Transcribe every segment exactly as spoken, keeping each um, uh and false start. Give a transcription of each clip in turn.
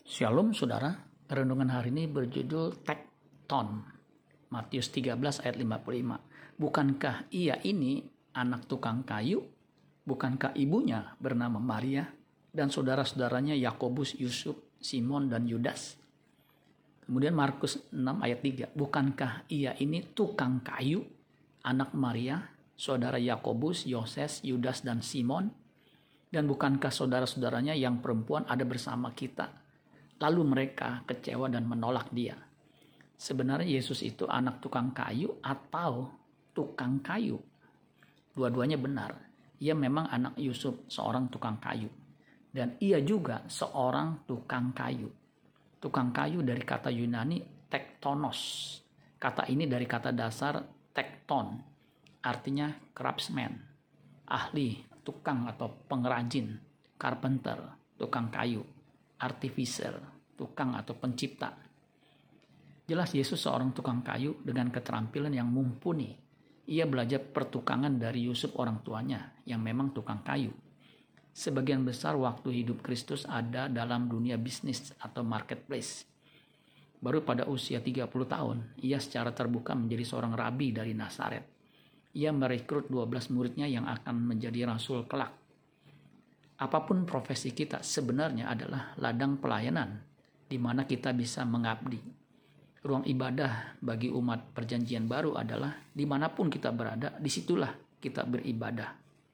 Shalom saudara, renungan hari ini berjudul Tekton, Matius tiga belas ayat lima puluh lima. Bukankah ia ini anak tukang kayu? Bukankah ibunya bernama Maria dan saudara-saudaranya Yakobus, Yusuf, Simon dan Yudas? Kemudian Markus enam ayat tiga. Bukankah ia ini tukang kayu, anak Maria, saudara Yakobus, Yoses, Yudas dan Simon? Dan bukankah saudara-saudaranya yang perempuan ada bersama kita? Lalu mereka kecewa dan menolak dia. Sebenarnya Yesus itu anak tukang kayu atau tukang kayu? Dua-duanya benar. Ia memang anak Yusuf, seorang tukang kayu. Dan ia juga seorang tukang kayu. Tukang kayu dari kata Yunani tektonos. Kata ini dari kata dasar tekton, artinya craftsman, ahli, tukang atau pengrajin, carpenter, tukang kayu, artificer, tukang atau pencipta. Jelas Yesus seorang tukang kayu dengan keterampilan yang mumpuni. Ia belajar pertukangan dari Yusuf orang tuanya yang memang tukang kayu. Sebagian besar waktu hidup Kristus ada dalam dunia bisnis atau marketplace. Baru pada usia tiga puluh tahun, ia secara terbuka menjadi seorang rabi dari Nazaret. Ia merekrut dua belas muridnya yang akan menjadi rasul kelak. Apapun profesi kita sebenarnya adalah ladang pelayanan di mana kita bisa mengabdi. Ruang ibadah bagi umat perjanjian baru adalah dimanapun kita berada, disitulah kita beribadah.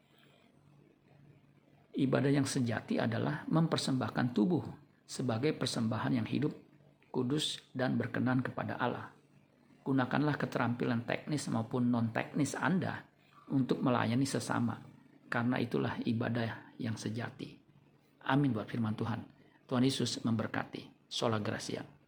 Ibadah yang sejati adalah mempersembahkan tubuh sebagai persembahan yang hidup, kudus, dan berkenan kepada Allah. Gunakanlah keterampilan teknis maupun non-teknis Anda untuk melayani sesama, karena itulah ibadah yang sejati. Amin buat firman Tuhan. Tuhan Yesus memberkati. Sola Gracia.